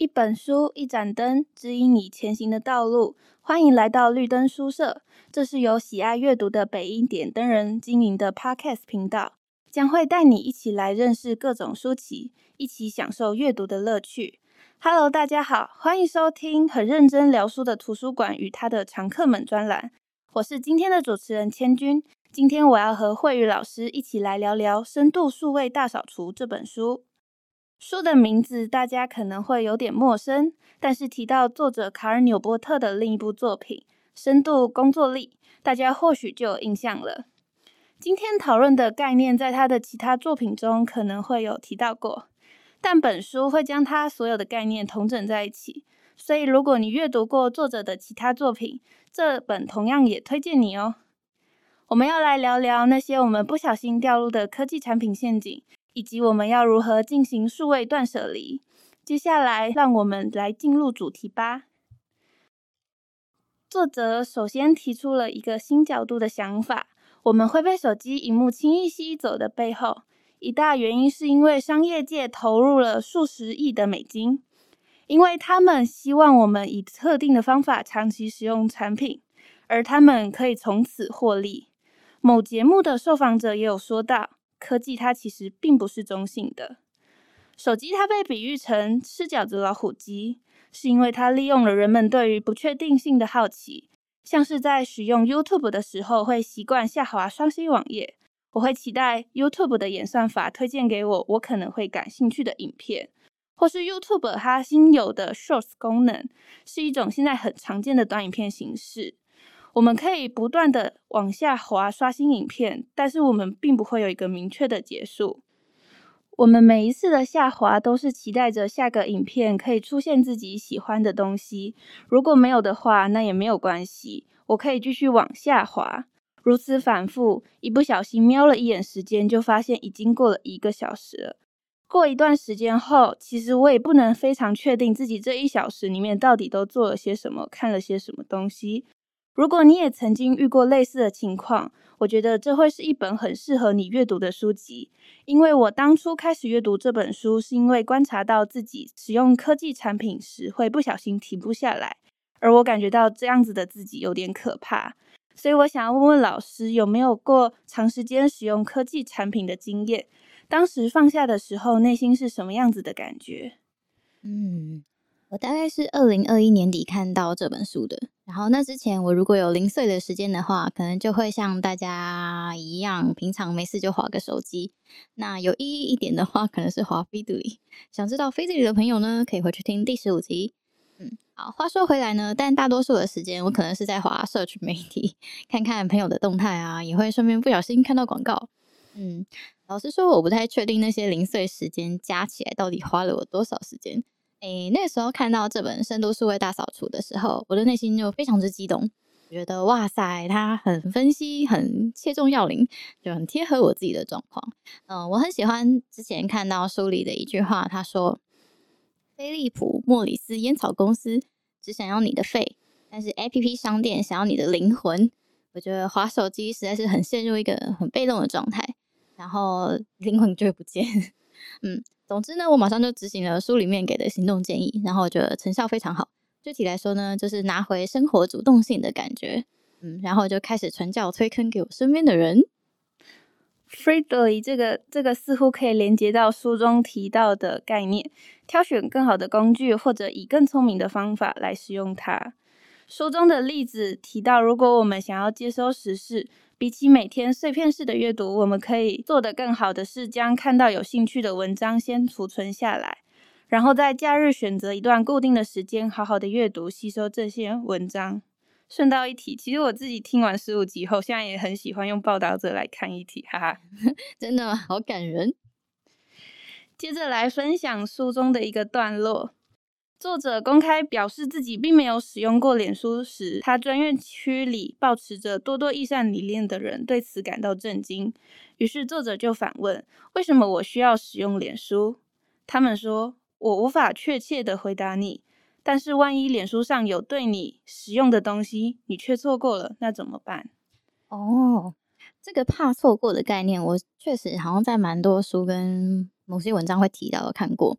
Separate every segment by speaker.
Speaker 1: 一本书，一盏灯，指引你前行的道路。欢迎来到绿灯书社，这是由喜爱阅读的北一点灯人经营的 Podcast 频道，将会带你一起来认识各种书籍，一起享受阅读的乐趣。Hello， 大家好，欢迎收听很认真聊书的图书馆与他的常客们专栏。我是今天的主持人千君，今天我要和慧宇老师一起来聊聊《深度数位大扫除》这本书。书的名字大家可能会有点陌生，但是提到作者卡尔纽波特的另一部作品《深度工作力》，大家或许就有印象了。今天讨论的概念在他的其他作品中可能会有提到过，但本书会将他所有的概念统整在一起，所以如果你阅读过作者的其他作品，这本同样也推荐你哦。我们要来聊聊那些我们不小心掉入的科技产品陷阱，以及我们要如何进行数位断舍离。接下来让我们来进入主题吧。作者首先提出了一个新角度的想法，我们会被手机萤幕轻易吸走的背后，一大原因是因为商业界投入了数十亿的美金，因为他们希望我们以特定的方法长期使用产品，而他们可以从此获利。某节目的受访者也有说到，科技它其实并不是中性的。手机它被比喻成吃饺子老虎机，是因为它利用了人们对于不确定性的好奇，像是在使用 YouTube 的时候会习惯下滑刷新网页，我会期待 YouTube 的演算法推荐给我可能会感兴趣的影片，或是 YouTube 它新有的 Shorts 功能，是一种现在很常见的短影片形式。我们可以不断的往下滑刷新影片，但是我们并不会有一个明确的结束。我们每一次的下滑都是期待着下个影片可以出现自己喜欢的东西，如果没有的话，那也没有关系，我可以继续往下滑。如此反复，一不小心瞄了一眼时间，就发现已经过了1个小时了。过一段时间后，其实我也不能非常确定自己这1小时里面到底都做了些什么，看了些什么东西。如果你也曾经遇过类似的情况，我觉得这会是一本很适合你阅读的书籍，因为我当初开始阅读这本书是因为观察到自己使用科技产品时会不小心停不下来，而我感觉到这样子的自己有点可怕，所以我想要问问老师有没有过长时间使用科技产品的经验，当时放下的时候内心是什么样子的感觉？
Speaker 2: 我大概是2021年底看到这本书的，然后那之前我如果有零碎的时间的话，可能就会像大家一样，平常没事就滑个手机。那有意义一点的话，可能是滑 Feedly。想知道 Feedly 的朋友呢，可以回去听第15集。好，话说回来呢，但大多数的时间我可能是在滑社群媒体，看看朋友的动态啊，也会顺便不小心看到广告。老实说，我不太确定那些零碎时间加起来到底花了我多少时间。那时候看到这本《深度数位大扫除》的时候，我的内心就非常之激动，觉得哇塞，它很分析，很切中要领，就很贴合我自己的状况。我很喜欢之前看到书里的一句话，他说：飞利浦·莫里斯烟草公司只想要你的肺，但是 APP 商店想要你的灵魂。我觉得滑手机实在是很陷入一个很被动的状态，然后灵魂就会不见。总之呢，我马上就执行了书里面给的行动建议，然后我觉得成效非常好。具体来说呢，就是拿回生活主动性的感觉。然后就开始传教推坑给我身边的人。
Speaker 1: Feedly 这个似乎可以连接到书中提到的概念，挑选更好的工具或者以更聪明的方法来使用它。书中的例子提到，如果我们想要接收时事，比起每天碎片式的阅读，我们可以做得更好的是将看到有兴趣的文章先储存下来，然后在假日选择一段固定的时间好好的阅读吸收这些文章。顺道一提，其实我自己听完15集后，现在也很喜欢用报道者来看议题，哈哈，
Speaker 2: 真的好感人。
Speaker 1: 接着来分享书中的一个段落。作者公开表示自己并没有使用过脸书时，他专业区里抱持着多多益善理念的人对此感到震惊。于是作者就反问，为什么我需要使用脸书？他们说，我无法确切的回答你，但是万一脸书上有对你实用的东西，你却错过了，那怎么办？
Speaker 2: 这个怕错过的概念，我确实好像在蛮多书跟某些文章会提到的看过。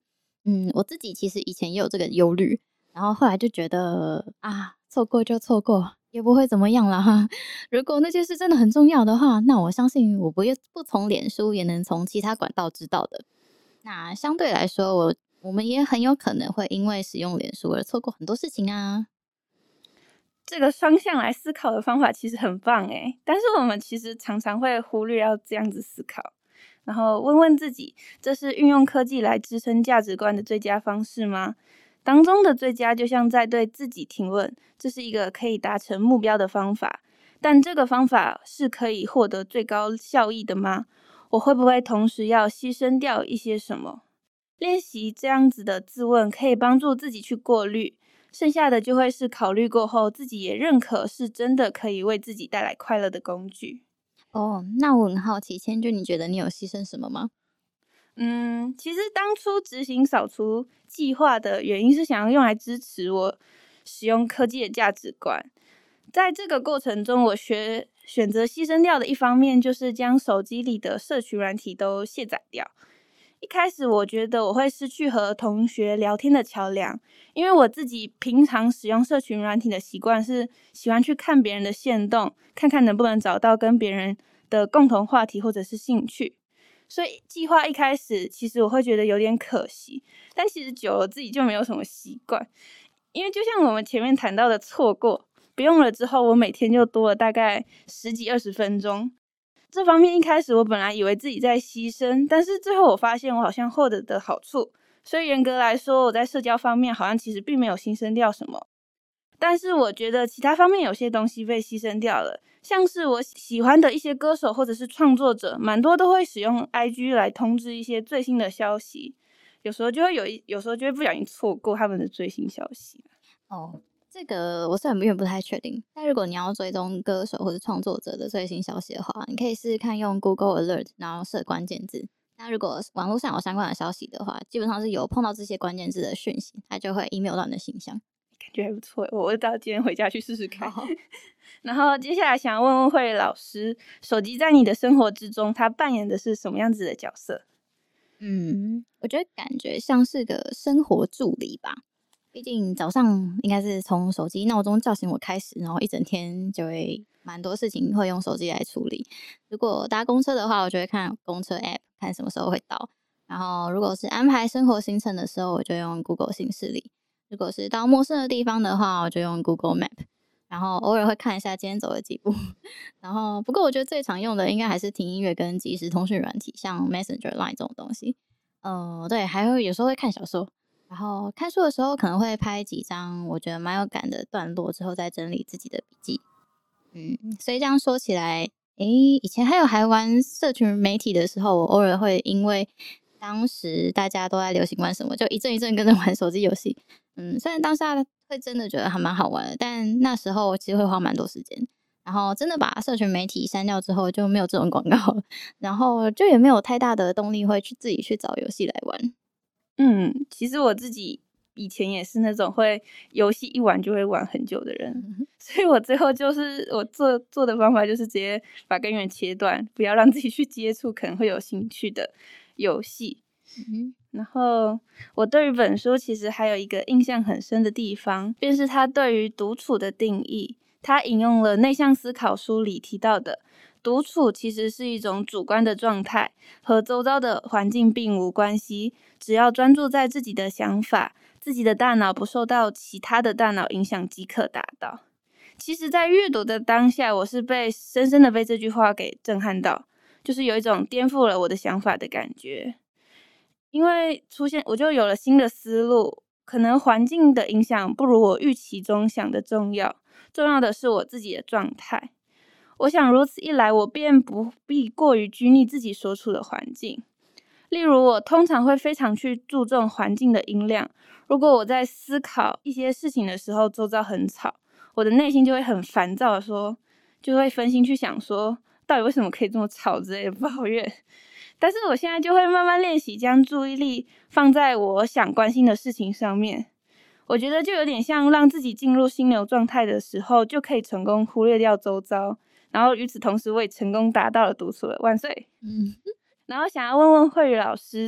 Speaker 2: 我自己其实以前也有这个忧虑，然后后来就觉得错过就错过，也不会怎么样啦哈。如果那件事真的很重要的话，那我相信我不从脸书也能从其他管道知道的。那相对来说，我们也很有可能会因为使用脸书而错过很多事情啊。
Speaker 1: 这个双向来思考的方法其实很棒诶，但是我们其实常常会忽略要这样子思考，然后问问自己，这是运用科技来支撑价值观的最佳方式吗？当中的最佳就像在对自己提问，这是一个可以达成目标的方法，但这个方法是可以获得最高效益的吗？我会不会同时要牺牲掉一些什么？练习这样子的自问可以帮助自己去过滤，剩下的就会是考虑过后自己也认可是真的可以为自己带来快乐的工具。
Speaker 2: 那我很好奇，千钧，你觉得你有牺牲什么吗？
Speaker 1: 其实当初执行扫除计划的原因是想要用来支持我使用科技的价值观。在这个过程中，我选择牺牲掉的一方面就是将手机里的社群软体都卸载掉。一开始我觉得我会失去和同学聊天的桥梁，因为我自己平常使用社群软体的习惯是喜欢去看别人的限动，看看能不能找到跟别人的共同话题或者是兴趣。所以计划一开始其实我会觉得有点可惜，但其实久了自己就没有什么习惯。因为就像我们前面谈到的错过，不用了之后我每天就多了大概10几20分钟。这方面一开始我本来以为自己在牺牲，但是最后我发现我好像获得的好处，所以严格来说我在社交方面好像其实并没有牺牲掉什么。但是我觉得其他方面有些东西被牺牲掉了，像是我喜欢的一些歌手或者是创作者，蛮多都会使用 IG 来通知一些最新的消息，有时候就会不小心错过他们的最新消息。
Speaker 2: 这个我虽然有点不太确定，但如果你要追踪歌手或者创作者的最新消息的话，你可以试试看用 Google Alert， 然后设关键字。那如果网络上有相关的消息的话，基本上是有碰到这些关键字的讯息，它就会 email 到你的信箱。
Speaker 1: 感觉还不错，我到今天回家去试试看。然后接下来想要问问慧老师，手机在你的生活之中，它扮演的是什么样子的角色？
Speaker 2: 我觉得感觉像是个生活助理吧。毕竟早上应该是从手机闹钟叫醒我开始，然后一整天就会蛮多事情会用手机来处理。如果搭公车的话，我就会看公车 app， 看什么时候会到。然后如果是安排生活行程的时候，我就用 Google 行事历。如果是到陌生的地方的话，我就用 Google Map。然后偶尔会看一下今天走了几步。然后不过我觉得最常用的应该还是听音乐跟即时通讯软体，像 Messenger、Line 这种东西。对，还会有时候会看小说。然后看书的时候可能会拍几张我觉得蛮有感的段落，之后再整理自己的笔记。所以这样说起来，以前还玩社群媒体的时候，我偶尔会因为当时大家都在流行玩什么，就一阵一阵跟着玩手机游戏。虽然当下会真的觉得还蛮好玩的，但那时候其实会花蛮多时间。然后真的把社群媒体删掉之后，就没有这种广告了，然后就也没有太大的动力会自己去找游戏来玩。
Speaker 1: 其实我自己以前也是那种会游戏一玩就会玩很久的人，所以我最后就是我做的方法就是直接把根源切断，不要让自己去接触可能会有兴趣的游戏。然后我对于本书其实还有一个印象很深的地方，便是它对于独处的定义。它引用了内向思考书里提到的，独处其实是一种主观的状态，和周遭的环境并无关系，只要专注在自己的想法，自己的大脑不受到其他的大脑影响即可达到。其实在阅读的当下，我是深深的被这句话给震撼到，就是有一种颠覆了我的想法的感觉。因为我就有了新的思路，可能环境的影响不如我预期中想的重要，重要的是我自己的状态。我想如此一来，我便不必过于拘泥自己所处的环境。例如我通常会非常去注重环境的音量，如果我在思考一些事情的时候周遭很吵，我的内心就会很烦躁的就会分心去想说到底为什么可以这么吵之类的抱怨。但是我现在就会慢慢练习将注意力放在我想关心的事情上面，我觉得就有点像让自己进入心流状态的时候，就可以成功忽略掉周遭，然后与此同时我也成功达到了独处了，万岁。然后想要问问慧宇老师，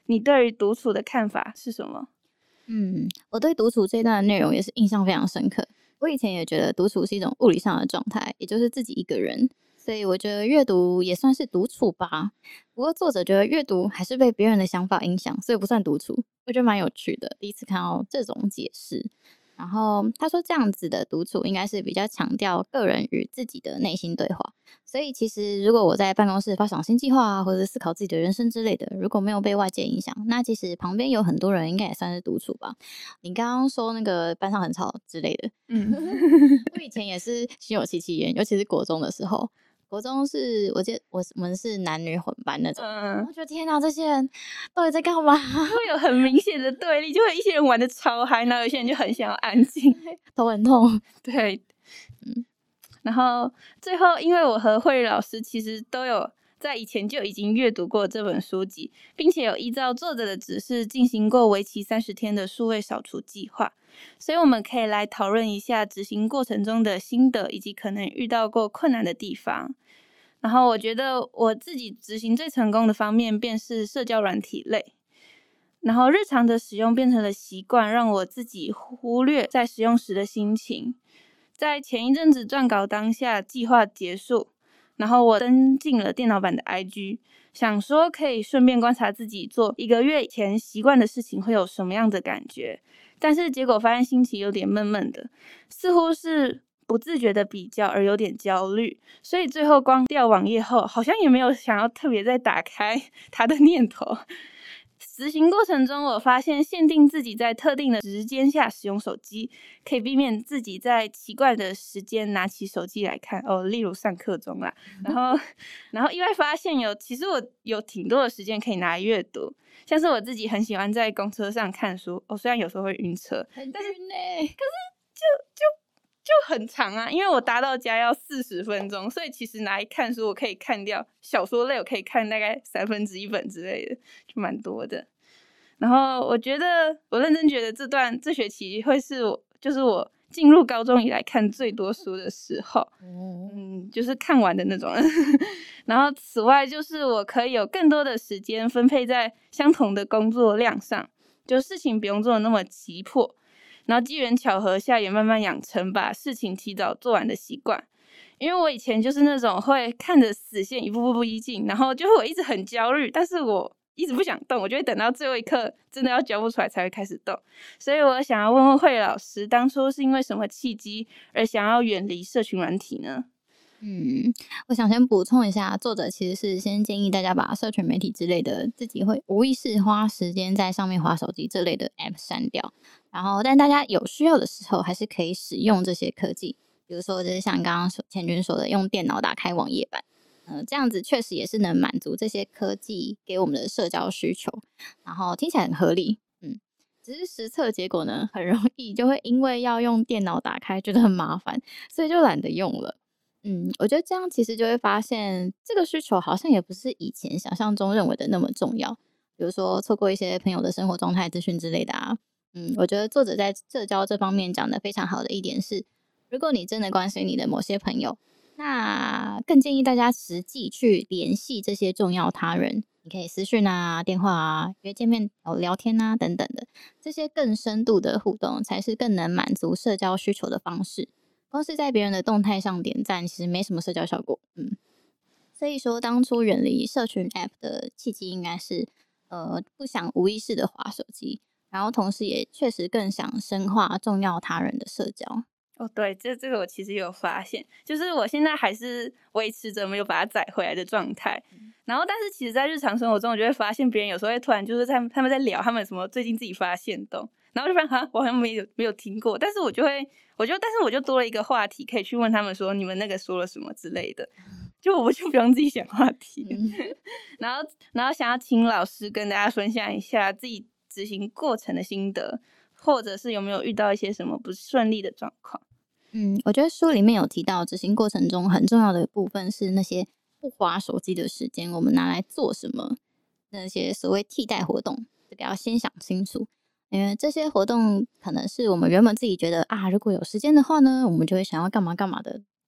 Speaker 1: 你对于独处的看法是什么？
Speaker 2: 我对独处这段的内容也是印象非常深刻。我以前也觉得独处是一种物理上的状态，也就是自己一个人，所以我觉得阅读也算是独处吧。不过作者觉得阅读还是被别人的想法影响，所以不算独处，我觉得蛮有趣的，第一次看到这种解释。然后他说这样子的独处应该是比较强调个人与自己的内心对话，所以其实如果我在办公室发想新计划啊，或者思考自己的人生之类的，如果没有被外界影响，那其实旁边有很多人应该也算是独处吧。你刚刚说那个班上很吵之类的，我以前也是心有戚戚焉，尤其是国中的时候。国中是我记得我们是男女混班那种，我觉得天哪，这些人到底在干嘛？
Speaker 1: 会有很明显的对立，就会一些人玩的超嗨，然后有些人就很想要安静，
Speaker 2: 头很痛。
Speaker 1: 对，然后最后因为我和慧老师其实都有在以前就已经阅读过这本书籍，并且有依照作者的指示进行过为期30天的数位扫除计划，所以我们可以来讨论一下执行过程中的心得以及可能遇到过困难的地方。然后我觉得我自己执行最成功的方面便是社交软体类，然后日常的使用变成了习惯，让我自己忽略在使用时的心情。在前一阵子撰稿当下，计划结束，然后我登进了电脑版的 IG， 想说可以顺便观察自己做1个月前习惯的事情会有什么样的感觉，但是结果发现心情有点闷闷的，似乎是不自觉的比较而有点焦虑，所以最后关掉网页后，好像也没有想要特别再打开它的念头。执行过程中，我发现限定自己在特定的时间下使用手机，可以避免自己在奇怪的时间拿起手机来看例如上课中啦。然后意外发现其实我有挺多的时间可以拿来阅读，像是我自己很喜欢在公车上看书，虽然有时候会晕车，
Speaker 2: 很晕欸，
Speaker 1: 可是就很长啊，因为我搭到家要40分钟，所以其实拿来看书我可以看掉小说类，我可以看大概1/3本之类的，就蛮多的。然后我认真觉得这学期会是我进入高中以来看最多书的时候，就是看完的那种。然后此外就是我可以有更多的时间分配在相同的工作量上，就事情不用做的那么急迫，然后机缘巧合下也慢慢养成把事情提早做完的习惯。因为我以前就是那种会看着死线一步步逼近，然后就会我一直很焦虑，但是我一直不想动，我就会等到最后一刻真的要交不出来才会开始动。所以我想要问问慧老师，当初是因为什么契机而想要远离社群软体呢？
Speaker 2: 我想先补充一下，作者其实是先建议大家把社群媒体之类的自己会无意识花时间在上面滑手机这类的 app 删掉，然后但大家有需要的时候还是可以使用这些科技，比如说就是像刚刚千钧说的用电脑打开网页版，这样子确实也是能满足这些科技给我们的社交需求，然后听起来很合理。只是实测结果呢，很容易就会因为要用电脑打开觉得很麻烦，所以就懒得用了。我觉得这样其实就会发现，这个需求好像也不是以前想象中认为的那么重要。比如说错过一些朋友的生活状态资讯之类的啊。我觉得作者在社交这方面讲的非常好的一点是，如果你真的关心你的某些朋友，那更建议大家实际去联系这些重要他人。你可以私讯啊、电话啊、约见面、聊天啊等等的，这些更深度的互动才是更能满足社交需求的方式。光是在别人的动态上点赞，其实没什么社交效果。所以说当初远离社群 App 的契机应该是不想无意识的滑手机，然后同时也确实更想深化重要他人的社交。
Speaker 1: 对，这个我其实有发现，就是我现在还是维持着没有把它载回来的状态。然后但是其实在日常生活中，我就会发现别人有时候会突然就是他们在聊他们什么最近自己发现动，然后就发现我好像没有听过，但是我就多了一个话题可以去问他们说你们那个说了什么之类的，我就不用自己想话题。然后想要请老师跟大家分享一下自己执行过程的心得，或者是有没有遇到一些什么不顺利的状况。
Speaker 2: 我觉得书里面有提到执行过程中很重要的部分是那些不滑手机的时间我们拿来做什么，那些所谓替代活动，这个要先想清楚。因为这些活动可能是我们原本自己觉得如果有时间的话呢，我们就会想要干嘛干嘛的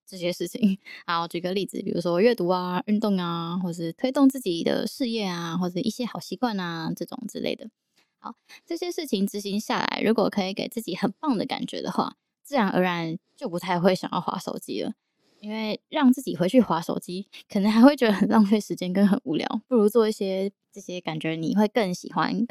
Speaker 2: 这些事情。好，举个例子，比如说阅读啊、运动啊，或是推动自己的事业啊，或者一些好习惯啊这种之类的。好，这些事情执行下来，如果可以给自己很棒的感觉的话，自然而然就不太会想要滑手机了。因为让自己回去滑手机，可能还会觉得很浪费时间跟很无聊，不如做一些这些感觉你会更喜欢、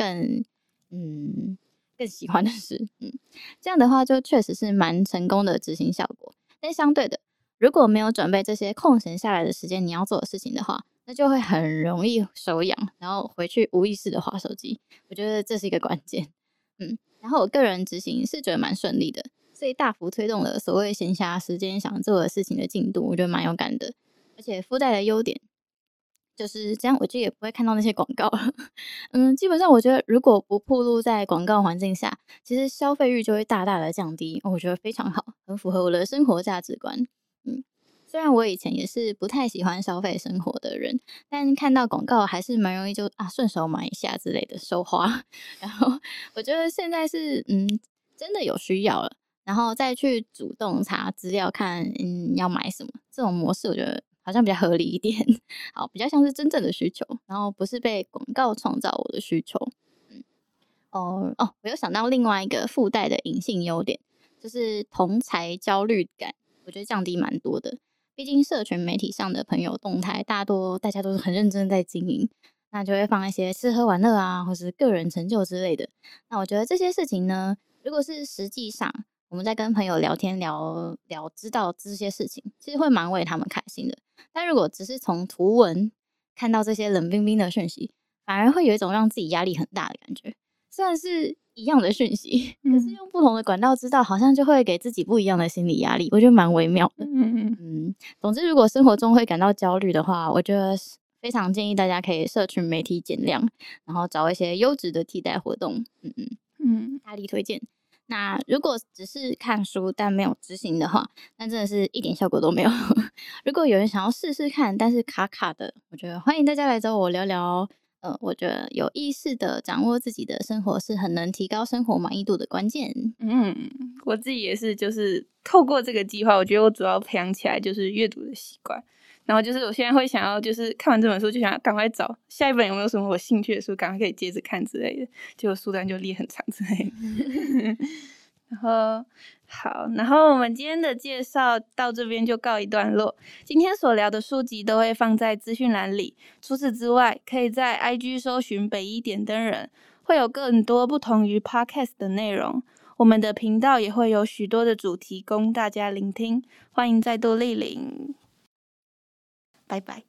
Speaker 2: 更喜欢的事。这样的话就确实是蛮成功的执行效果。但相对的，如果没有准备这些空闲下来的时间你要做的事情的话，那就会很容易手痒，然后回去无意识的滑手机。我觉得这是一个关键。然后我个人执行是觉得蛮顺利的，所以大幅推动了所谓闲暇时间想做的事情的进度，我觉得蛮有感的。而且附带的优点就是这样，我就也不会看到那些广告了。基本上我觉得如果不暴露在广告环境下，其实消费欲就会大大的降低。我觉得非常好，很符合我的生活价值观。虽然我以前也是不太喜欢消费生活的人，但看到广告还是蛮容易就顺手买一下之类的收花。然后我觉得现在是真的有需要了，然后再去主动查资料看要买什么，这种模式我觉得好像比较合理一点。好，比较像是真正的需求，然后不是被广告创造我的需求。我有想到另外一个附带的隐性优点，就是同侪焦虑感，我觉得降低蛮多的。毕竟社群媒体上的朋友动态，大家都是很认真在经营，那就会放一些吃喝玩乐啊，或是个人成就之类的。那我觉得这些事情呢，如果是实际上我们在跟朋友聊天聊知道这些事情，其实会蛮为他们开心的。但如果只是从图文看到这些冷冰冰的讯息，反而会有一种让自己压力很大的感觉。虽然是一样的讯息，可是用不同的管道知道，好像就会给自己不一样的心理压力，我觉得蛮微妙的。总之如果生活中会感到焦虑的话，我觉得非常建议大家可以社群媒体减量，然后找一些优质的替代活动。大力推荐。那如果只是看书但没有执行的话，那真的是一点效果都没有。如果有人想要试试看，但是卡卡的，我觉得欢迎大家来找我聊聊。我觉得有意识的掌握自己的生活是很能提高生活满意度的关键。
Speaker 1: 我自己也是，就是透过这个计划，我觉得我主要培养起来就是阅读的习惯。然后就是我现在会想要，就是看完这本书就想要赶快找下一本有没有什么我兴趣的书，赶快可以接着看之类的，结果书单就列很长之类的。然后我们今天的介绍到这边就告一段落。今天所聊的书籍都会放在资讯栏里，除此之外，可以在 IG 搜寻北一点灯人，会有更多不同于 Podcast 的内容。我们的频道也会有许多的主题供大家聆听，欢迎再度莅临。拜拜。